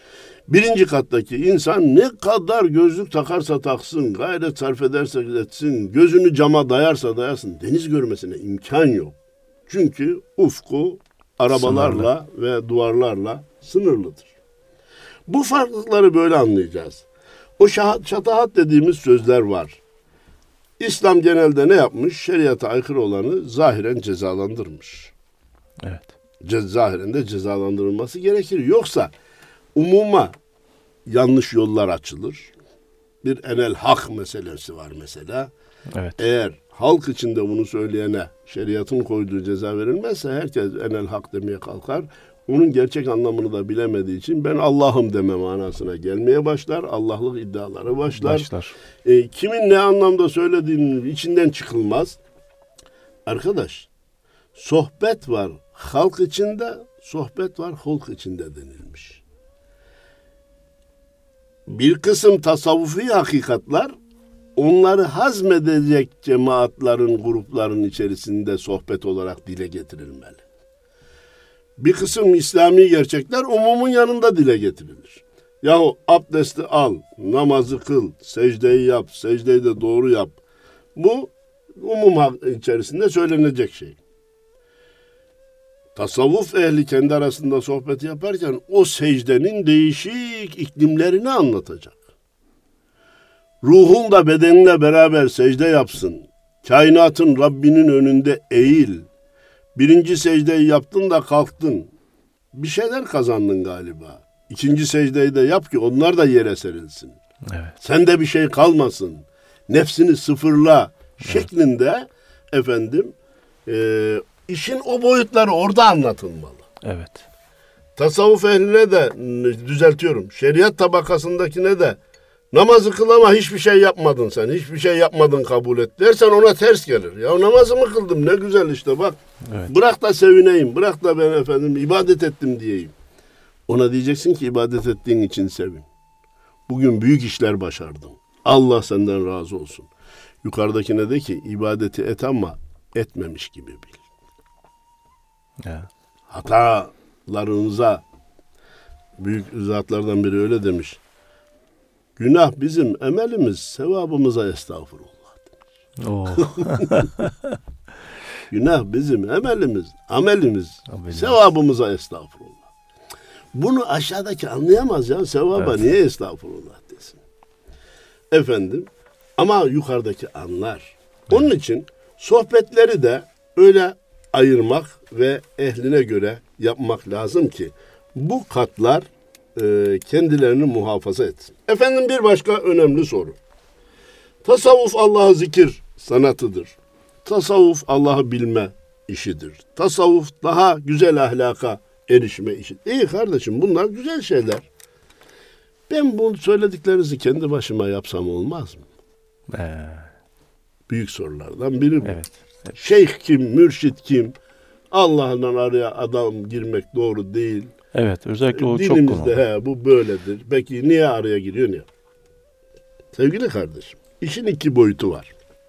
Birinci kattaki insan ne kadar gözlük takarsa taksın, gayret sarf ederse etsin, gözünü cama dayarsa dayasın, deniz görmesine imkan yok. Çünkü ufku arabalarla ve duvarlarla sınırlıdır. Bu farklılıkları böyle anlayacağız. O şatahat dediğimiz sözler var. İslam genelde ne yapmış? Şeriata aykırı olanı zahiren cezalandırmış. Evet. Zahiren de cezalandırılması gerekir. Yoksa umuma yanlış yollar açılır. Bir enel hak meselesi var mesela. Evet. Eğer halk içinde bunu söyleyene şeriatın koyduğu ceza verilmezse herkes enel hak demeye kalkar. Onun gerçek anlamını da bilemediği için ben Allah'ım deme manasına gelmeye başlar. Allah'lık iddiaları başlar. Kimin ne anlamda söylediğinin içinden çıkılmaz. Arkadaş, sohbet var halk içinde, sohbet var hulk içinde denilmiş. Bir kısım tasavvufi hakikatler onları hazmedecek cemaatlerin, grupların içerisinde sohbet olarak dile getirilmeli. Bir kısım İslami gerçekler umumun yanında dile getirilir. Yahu abdesti al, namazı kıl, secdeyi yap, secdeyi de doğru yap. Bu umum içerisinde söylenecek şey. Tasavvuf ehli kendi arasında sohbet yaparken o secdenin değişik iklimlerini anlatacak. Ruhun da bedeninle beraber secde yapsın. Kainatın Rabbinin önünde eğil. Birinci secdeyi yaptın da kalktın. Bir şeyler kazandın galiba. İkinci secdeyi de yap ki onlar da yere serilsin. Evet. Sende bir şey kalmasın. Nefsini sıfırla şeklinde işin o boyutları orada anlatılmalı. Evet. Tasavvuf ehline de düzeltiyorum. Şeriat tabakasındakine de namazı kıl ama hiçbir şey yapmadın sen. Hiçbir şey yapmadın kabul et dersen ona ters gelir. Ya namazımı kıldım ne güzel işte bak. Evet. Bırak da sevineyim. Bırak da ben ibadet ettim diyeyim. Ona diyeceksin ki ibadet ettiğin için sevin. Bugün büyük işler başardın. Allah senden razı olsun. Yukarıdakine de ki ibadeti et ama etmemiş gibi bil. Ya. Hatalarınıza büyük zatlardan biri öyle demiş. Günah bizim emelimiz, sevabımıza estağfurullah demiş. Oh. Günah bizim amelimiz, sevabımıza estağfurullah. Bunu aşağıdaki anlayamaz ya. Sevaba niye estağfurullah desin? Ama yukarıdaki anlar. Onun için sohbetleri de öyle ayırmak ve ehline göre yapmak lazım ki bu katlar kendilerini muhafaza etsin. Bir başka önemli soru. Tasavvuf Allah'ı zikir sanatıdır. Tasavvuf Allah'ı bilme işidir. Tasavvuf daha güzel ahlaka erişme işidir. İyi kardeşim bunlar güzel şeyler. Ben bu söylediklerinizi kendi başıma yapsam olmaz mı? Büyük sorulardan biri bu. Evet. Şeyh kim, mürşit kim? Allah'la araya adam girmek doğru değil. Evet, özellikle o çok konu. Dinimizde bu böyledir. Peki niye araya giriyor niye? Sevgili kardeşim, işin iki boyutu var.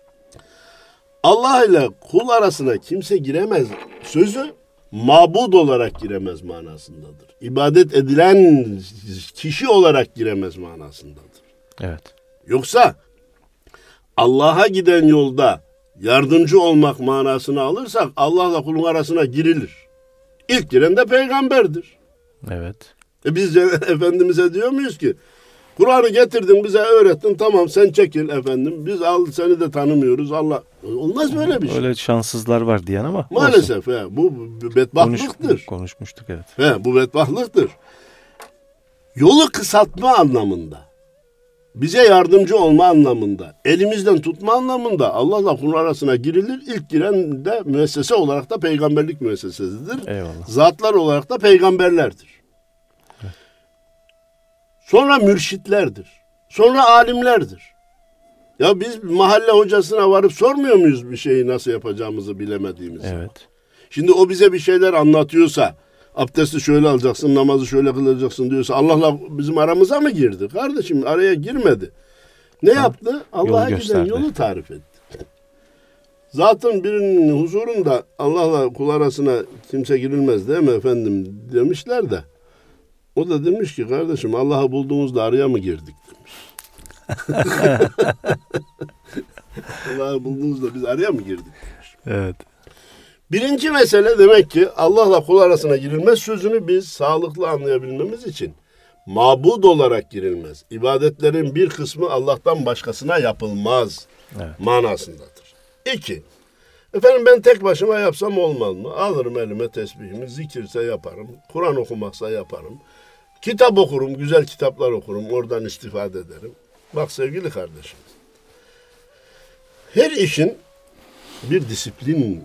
Allah ile kul arasına kimse giremez sözü mabud olarak giremez manasındadır. İbadet edilen kişi olarak giremez manasındadır. Evet. Yoksa Allah'a giden yolda yardımcı olmak manasını alırsak Allah'la kulun arasına girilir. İlk giren de peygamberdir. Evet. Biz Efendimiz'e diyor muyuz ki Kur'an'ı getirdin bize öğrettin tamam sen çekil efendim biz seni de tanımıyoruz Allah. Olmaz böyle bir şey. Öyle şanssızlar var diyen ama. Maalesef bu bedbahtlıktır. Konuşmuştuk evet. Bu bedbahtlıktır. Yolu kısaltma anlamında. Bize yardımcı olma anlamında, elimizden tutma anlamında Allah'la kul arasına girilir. İlk giren de müessese olarak da peygamberlik müessesesidir. Eyvallah. Zatlar olarak da peygamberlerdir. Evet. Sonra mürşitlerdir. Sonra alimlerdir. Ya biz mahalle hocasına varıp sormuyor muyuz bir şeyi nasıl yapacağımızı bilemediğimiz zaman? Evet. Şimdi o bize bir şeyler anlatıyorsa, abdesti şöyle alacaksın, namazı şöyle kılacaksın diyorsa Allah'la bizim aramıza mı girdi? Kardeşim araya girmedi. Ne yaptı? Allah'a giden yolu tarif etti. Zaten birinin huzurunda Allah'la kul arasına kimse girilmez değil mi efendim demişler de O da demiş ki kardeşim Allah'ı bulduğumuzda araya mı girdik demiş. Allah'ı bulduğumuzda biz araya mı girdik demiş. Evet. Birinci mesele demek ki Allah'la kul arasına girilmez sözünü biz sağlıklı anlayabilmemiz için mabud olarak girilmez. İbadetlerin bir kısmı Allah'tan başkasına yapılmaz manasındadır. 2. Efendim ben tek başıma yapsam olmaz mı? Alırım elime tesbihimi, zikirse yaparım, Kur'an okumaksa yaparım. Kitap okurum, güzel kitaplar okurum, oradan istifade ederim. Bak sevgili kardeşim, her işin bir disiplin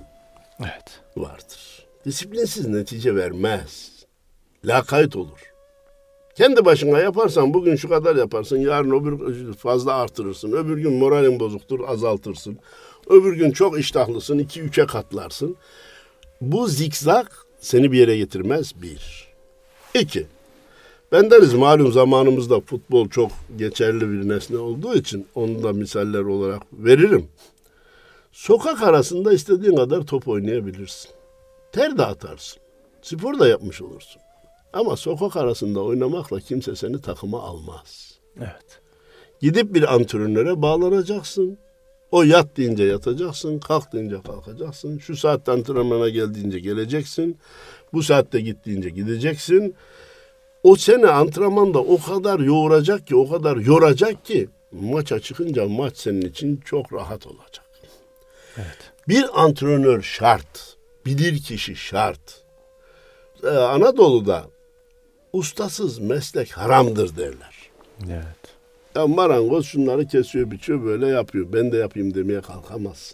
vardır. Disiplinsiz netice vermez. Lakayt olur. Kendi başına yaparsan bugün şu kadar yaparsın, yarın öbür fazla artırırsın, öbür gün moralin bozuktur, azaltırsın. Öbür gün çok iştahlısın, 2-3'e katlarsın. Bu zikzak seni bir yere getirmez. 1. 2. Bendeniz malum zamanımızda futbol çok geçerli bir nesne olduğu için onu da misaller olarak veririm. Sokak arasında istediğin kadar top oynayabilirsin. Ter de atarsın. Spor da yapmış olursun. Ama sokak arasında oynamakla kimse seni takıma almaz. Evet. Gidip bir antrenöre bağlanacaksın. O yat deyince yatacaksın, kalk deyince kalkacaksın. Şu saatte antrenmana geldiğince geleceksin. Bu saatte gittiğince gideceksin. O seni antrenmanda o kadar yoğuracak ki, o kadar yoracak ki maça çıkınca maç senin için çok rahat olacak. Evet. Bir antrenör şart, bilir kişi şart. Anadolu'da ustasız meslek haramdır derler. Evet. Ya marangoz şunları kesiyor, biçiyor, böyle yapıyor. Ben de yapayım demeye kalkamazsın.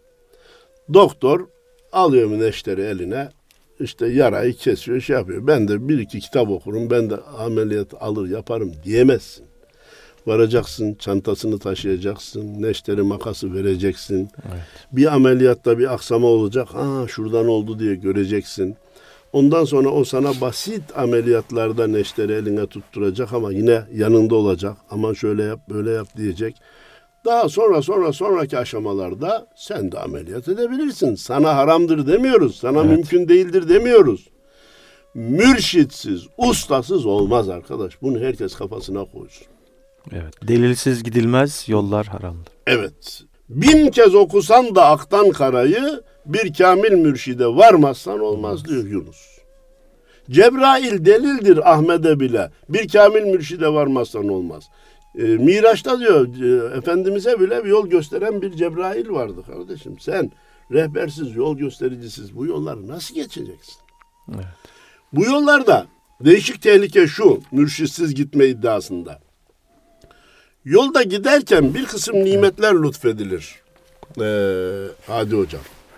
Doktor alıyor neşteri eline, işte yarayı kesiyor, şey yapıyor. Ben de 1-2 kitap okurum, ben de ameliyat alır yaparım diyemezsin. Varacaksın, çantasını taşıyacaksın, neşteri makası vereceksin. Evet. Bir ameliyatta bir aksama olacak, şuradan oldu diye göreceksin. Ondan sonra o sana basit ameliyatlarda neşteri eline tutturacak ama yine yanında olacak. Aman şöyle yap, böyle yap diyecek. Daha sonraki aşamalarda sen de ameliyat edebilirsin. Sana haramdır demiyoruz. Sana mümkün değildir demiyoruz. Mürşitsiz, ustasız olmaz arkadaş. Bunu herkes kafasına koysun. Evet. Delilsiz gidilmez, yollar haramdır. Evet. 1000 kez okusan da aktan karayı, bir kamil mürşide varmazsan olmaz diyor Yunus. Cebrail delildir Ahmet'e bile. Bir kamil mürşide varmazsan olmaz. Miraç'ta diyor Efendimiz'e bile bir yol gösteren bir Cebrail vardı kardeşim. Sen rehbersiz, yol göstericisiz bu yolları nasıl geçeceksin? Evet. Bu yollarda değişik tehlike şu, mürşitsiz gitme iddiasında. Yolda giderken bir kısım nimetler lütfedilir. Hadi hocam.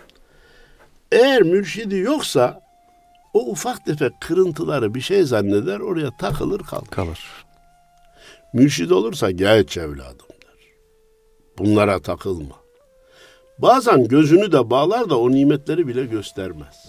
Eğer mürşidi yoksa o ufak tefek kırıntıları bir şey zanneder, oraya takılır kalır. Mürşid olursa geç evladım der. Bunlara takılma. Bazen gözünü de bağlar da o nimetleri bile göstermez.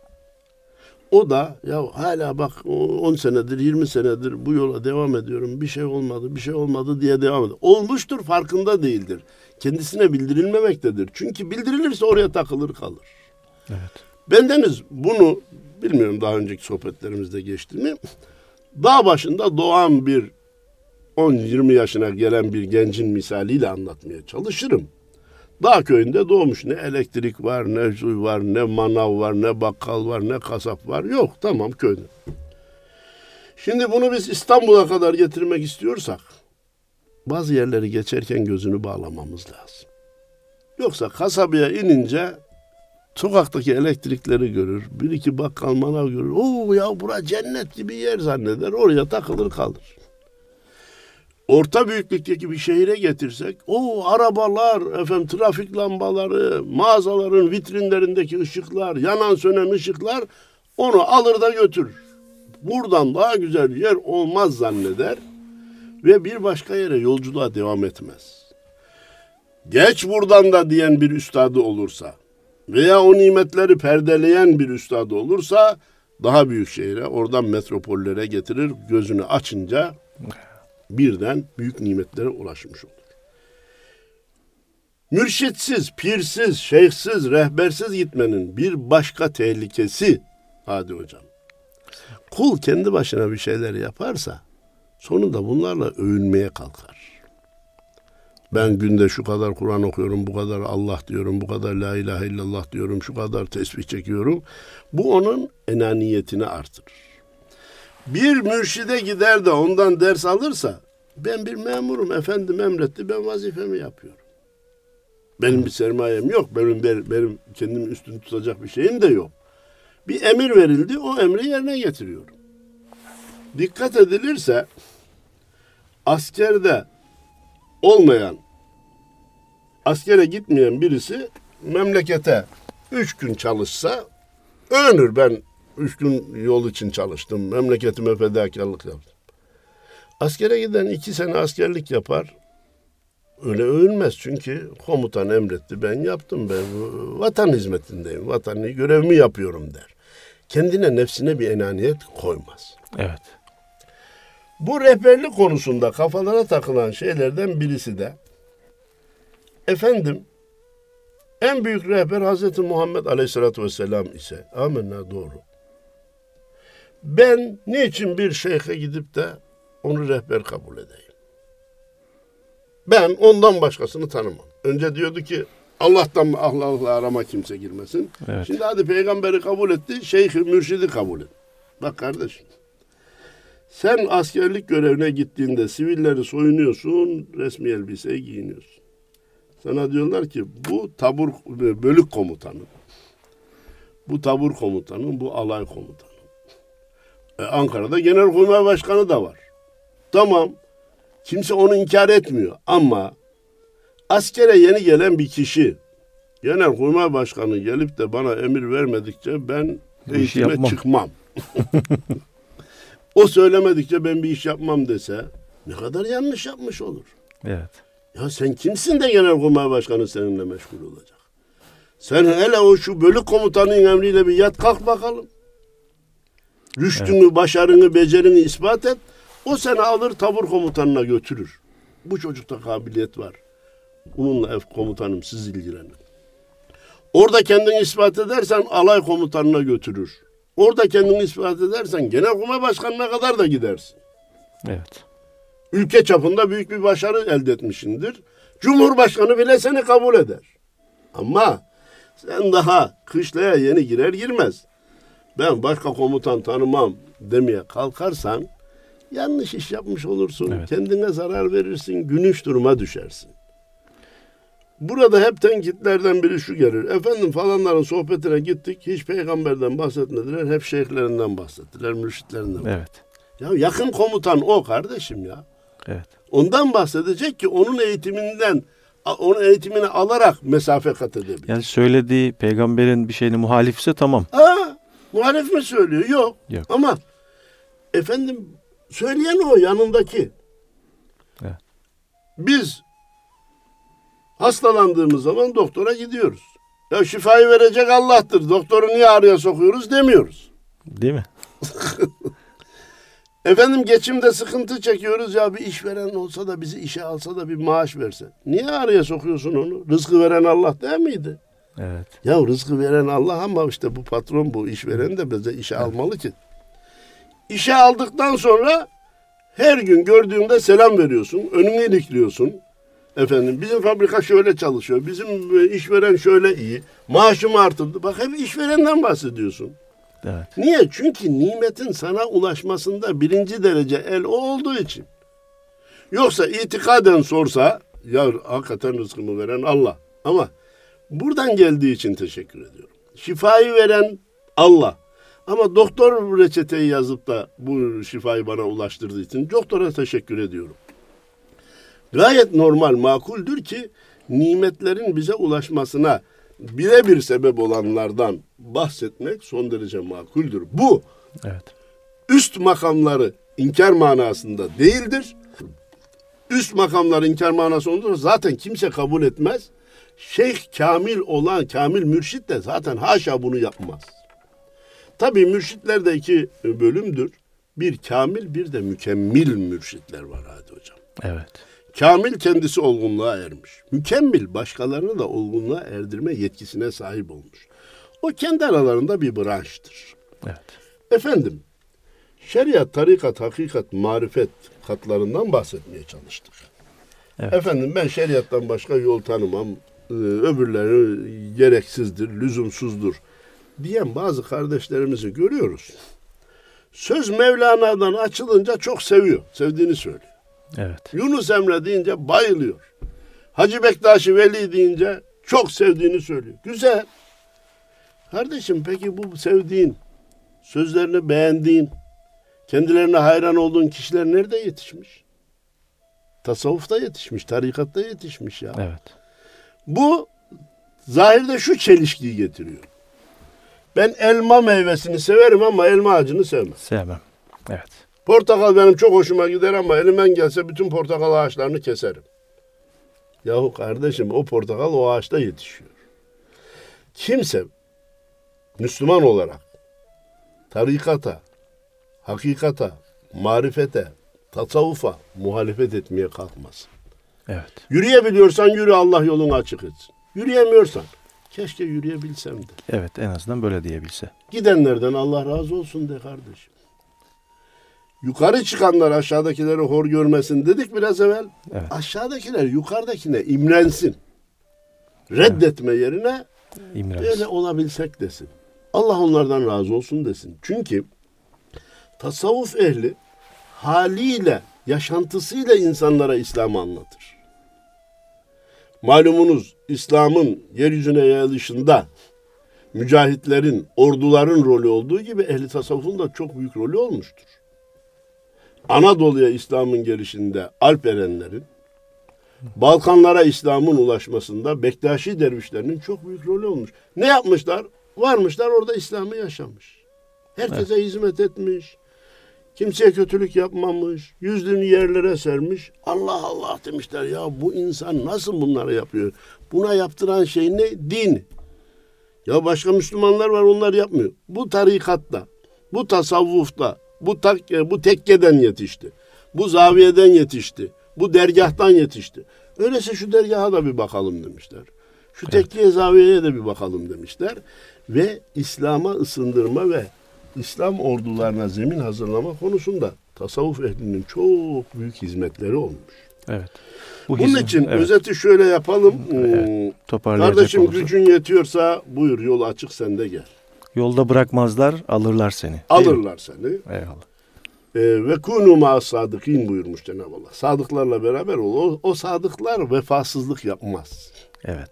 O da ya hala bak 10 senedir 20 senedir bu yola devam ediyorum. Bir şey olmadı diye devam ediyor. Olmuştur, farkında değildir. Kendisine bildirilmemektedir. Çünkü bildirilirse oraya takılır kalır. Evet. Bendeniz bunu bilmiyorum, daha önceki sohbetlerimizde geçti mi? Dağ başında doğan bir 10-20 yaşına gelen bir gencin misaliyle anlatmaya çalışırım. Dağ köyünde doğmuş. Ne elektrik var, ne su var, ne manav var, ne bakkal var, ne kasap var. Yok, tamam, köyde. Şimdi bunu biz İstanbul'a kadar getirmek istiyorsak bazı yerleri geçerken gözünü bağlamamız lazım. Yoksa kasabaya inince sokaktaki elektrikleri görür, bir iki bakkal manav görür. Ya bura cennet gibi yer zanneder, oraya takılır kalır. Orta büyüklükteki bir şehire getirsek, arabalar, trafik lambaları, mağazaların vitrinlerindeki ışıklar, yanan sönen ışıklar onu alır da götürür. Buradan daha güzel yer olmaz zanneder ve bir başka yere yolculuğa devam etmez. Geç buradan da diyen bir üstadı olursa veya o nimetleri perdeleyen bir üstadı olursa daha büyük şehre, oradan metropollere getirir, gözünü açınca birden büyük nimetlere ulaşmış olur. Mürşitsiz, pirsiz, şeyhsiz, rehbersiz gitmenin bir başka tehlikesi, hadi hocam, Kul kendi başına bir şeyler yaparsa sonunda bunlarla övünmeye kalkar. Ben günde şu kadar Kur'an okuyorum, bu kadar Allah diyorum, bu kadar la ilahe illallah diyorum, şu kadar tesbih çekiyorum. Bu onun enaniyetini artırır. Bir mürşide gider de ondan ders alırsa, ben bir memurum, efendim emretti, ben vazifemi yapıyorum. Benim bir sermayem yok, benim kendimi üstün tutacak bir şeyim de yok. Bir emir verildi, o emri yerine getiriyorum. Dikkat edilirse, askerde olmayan, askere gitmeyen birisi memlekete 3 gün çalışsa övünür. Ben 3 gün yol için çalıştım, memleketime fedakarlık yaptım. Askere giden 2 sene askerlik yapar, öyle övünmez çünkü komutan emretti, ben yaptım, ben vatan hizmetindeyim, vatani görevimi yapıyorum der. Kendine, nefsine bir enaniyet koymaz. Evet. Bu rehberlik konusunda kafalara takılan şeylerden birisi de efendim en büyük rehber Hazreti Muhammed Aleyhisselatü Vesselam ise amenna doğru. Ben niçin bir şeyhe gidip de onu rehber kabul edeyim? Ben ondan başkasını tanımam. Önce diyordu ki Allah'tan Allah'la arama kimse girmesin. Evet. Şimdi hadi peygamberi kabul etti, şeyhi, mürşidi kabul et. Bak kardeşim, sen askerlik görevine gittiğinde sivilleri soyunuyorsun, resmi elbiseyi giyiniyorsun. Sana diyorlar ki bu tabur bölük komutanı, bu tabur komutanı, bu alay komutanı. Ankara'da Genelkurmay Başkanı da var. Tamam, kimse onu inkar etmiyor ama askere yeni gelen bir kişi, Genelkurmay Başkanı gelip de bana emir vermedikçe ben eğitime çıkmam. O söylemedikçe ben bir iş yapmam dese ne kadar yanlış yapmış olur. Evet. Ya sen kimsin de Genelkurmay Başkanı seninle meşgul olacak? Sen hele o şu bölük komutanının emriyle bir yat kalk bakalım. Rüştünü, evet, başarını, becerini ispat et. O seni alır tabur komutanına götürür. Bu çocukta kabiliyet var. Onunla komutanım siz ilgilenin. Orada kendini ispat edersen alay komutanına götürür. Orada kendini ispat edersen Genelkurmay Başkanı'na kadar da gidersin. Evet. Ülke çapında büyük bir başarı elde etmişsindir. Cumhurbaşkanı bile seni kabul eder. Ama sen daha kışlaya yeni girer girmez ben başka komutan tanımam demeye kalkarsan yanlış iş yapmış olursun. Evet. Kendine zarar verirsin, günüş duruma düşersin. Burada hep tenkitlerden biri şu gelir. Efendim falanların sohbetine gittik, hiç peygamberden bahsetmediler, hep şeyhlerinden bahsettiler, mürşitlerinden. Evet. Ya yakın komutan o kardeşim ya. Evet. Ondan bahsedecek ki onun eğitimini alarak mesafe kat edebilir. Yani söylediği peygamberin bir şeyine muhalifse tamam. Muhalif mi söylüyor? Yok. Ama efendim söyleyen o yanındaki. Evet. Biz hastalandığımız zaman doktora gidiyoruz. Ya şifayı verecek Allah'tır. Doktoru niye araya sokuyoruz demiyoruz. Değil mi? Efendim geçimde sıkıntı çekiyoruz. Ya bir işveren olsa da bizi işe alsa da bir maaş verse. Niye araya sokuyorsun onu? Rızkı veren Allah değil miydi? Evet. Ya rızkı veren Allah ama işte bu patron, bu işveren de bize işe almalı ki. İşe aldıktan sonra her gün gördüğünde selam veriyorsun. Önünü ilikliyorsun. Efendim bizim fabrika şöyle çalışıyor. Bizim işveren şöyle iyi. Maaşımı artırdı. Bak hep işverenden bahsediyorsun. Evet. Niye? Çünkü nimetin sana ulaşmasında birinci derece el o olduğu için. Yoksa itikaden sorsa ya hakikaten rızkımı veren Allah. Ama buradan geldiği için teşekkür ediyorum. Şifayı veren Allah. Ama doktor reçeteyi yazıp da bu şifayı bana ulaştırdığı için doktora teşekkür ediyorum. Gayet normal, makuldür ki nimetlerin bize ulaşmasına birebir sebep olanlardan bahsetmek son derece makuldür. Bu evet, üst makamları inkar manasında değildir. Üst makamları inkar manası olursa zaten kimse kabul etmez. Şeyh kamil olan, kamil mürşit de zaten haşa bunu yapmaz. Tabii mürşitlerde 2 bölümdür. Bir kamil, bir de mükemmel mürşitler var hadi hocam. Evet. Kamil kendisi olgunluğa ermiş. Mükemmel başkalarını da olgunluğa erdirme yetkisine sahip olmuş. O kendi aralarında bir branştır. Evet. Efendim, Şeriat, tarikat, hakikat, marifet katlarından bahsetmeye çalıştık. Evet. Efendim ben şeriattan başka yol tanımam, öbürleri gereksizdir, lüzumsuzdur diyen bazı kardeşlerimizi görüyoruz. Söz Mevlana'dan açılınca çok seviyor, sevdiğini söylüyor. Evet. Yunus Emre deyince bayılıyor. Hacı Bektaşi Veli deyince çok sevdiğini söylüyor. Güzel. Kardeşim peki bu sevdiğin, sözlerini beğendiğin, kendilerine hayran olduğun kişiler nerede yetişmiş? Tasavvufta yetişmiş, tarikatta yetişmiş ya. Evet. Bu zahirde şu çelişkiyi getiriyor. Ben elma meyvesini severim ama elma ağacını sevmem. Sevmem. Evet. Portakal benim çok hoşuma gider ama elimden gelse bütün portakal ağaçlarını keserim. Yahu kardeşim o portakal o ağaçta yetişiyor. Kimse Müslüman olarak tarikata, hakikata, marifete, tasavvufa muhalefet etmeye kalkmasın. Evet. Yürüyebiliyorsan yürü, Allah yolunu açık etsin. Yürüyemiyorsan keşke yürüyebilsem de. Evet, en azından böyle diyebilse. Gidenlerden Allah razı olsun de kardeşim. Yukarı çıkanlar aşağıdakileri hor görmesin dedik biraz evvel. Evet. Aşağıdakiler yukarıdakine imrensin. Reddetme yerine İmrensin. böyle olabilsek desin. Allah onlardan razı olsun desin. Çünkü tasavvuf ehli haliyle, yaşantısıyla insanlara İslam'ı anlatır. Malumunuz İslam'ın yeryüzüne yayılışında mücahitlerin, orduların rolü olduğu gibi ehli tasavvufun da çok büyük rolü olmuştur. Anadolu'ya İslam'ın gelişinde Alperenlerin, Balkanlara İslam'ın ulaşmasında Bektaşi dervişlerinin çok büyük rolü olmuş. Ne yapmışlar? Varmışlar orada İslam'ı yaşamış. Herkese hizmet etmiş. Kimseye kötülük yapmamış. Yüzünü yerlere sermiş. Allah Allah demişler ya bu insan nasıl bunları yapıyor? Buna yaptıran şey ne? Din. Ya başka Müslümanlar var onlar yapmıyor. Bu tarikatta, bu tasavvufta, bu tekkeden yetişti. Bu zaviyeden yetişti. Bu dergahtan yetişti. Öyleyse şu dergaha da bir bakalım demişler. Şu tekkeye, zaviyeye de bir bakalım demişler. Ve İslam'a ısındırma ve İslam ordularına zemin hazırlama konusunda tasavvuf ehlinin çok büyük hizmetleri olmuş. Evet. Bunun için özeti şöyle yapalım. Evet. Kardeşim olursa. Gücün yetiyorsa buyur yol açık sen de gel. Yolda bırakmazlar, alırlar seni. Alırlar seni. Eyvallah. Ve kûnû mâ sadıkîn buyurmuş Cenab-ı Allah. Sadıklarla beraber ol. O sadıklar vefasızlık yapmaz. Evet.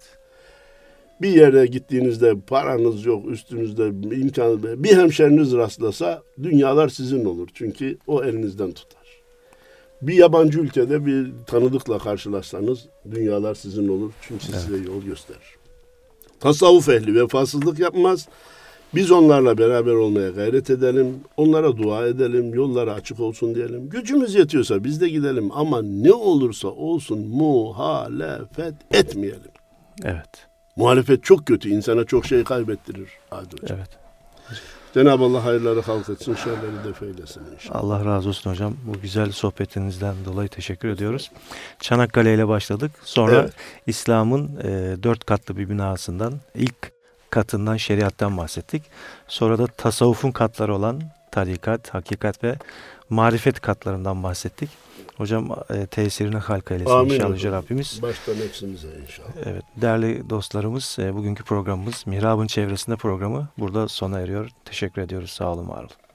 Bir yere gittiğinizde paranız yok, üstünüzde imkanı, bir hemşeriniz rastlasa dünyalar sizin olur. Çünkü o elinizden tutar. Bir yabancı ülkede bir tanıdıkla karşılaşsanız dünyalar sizin olur. Çünkü size yol gösterir. Tasavvuf ehli vefasızlık yapmaz. Biz onlarla beraber olmaya gayret edelim. Onlara dua edelim. Yolları açık olsun diyelim. Gücümüz yetiyorsa biz de gidelim. Ama ne olursa olsun muhalefet etmeyelim. Evet. Muhalefet çok kötü. İnsana çok şey kaybettirir. Hadi hocam. Evet. Cenab-ı Allah hayırları halk etsin, şerleri def eylesin inşallah. Allah razı olsun hocam. Bu güzel sohbetinizden dolayı teşekkür ediyoruz. Çanakkale ile başladık. Sonra İslam'ın 4 katlı bir binasından, ilk katından, şeriattan bahsettik. Sonra da tasavvufun katları olan tarikat, hakikat ve marifet katlarından bahsettik. Hocam tesirine halka eylesin inşallah Yüce Rabbimiz. Baştan hepsimize inşallah. Evet, değerli dostlarımız, bugünkü programımız Mihrab'ın Çevresinde programı burada sona eriyor. Teşekkür ediyoruz. Sağ olun, var olun.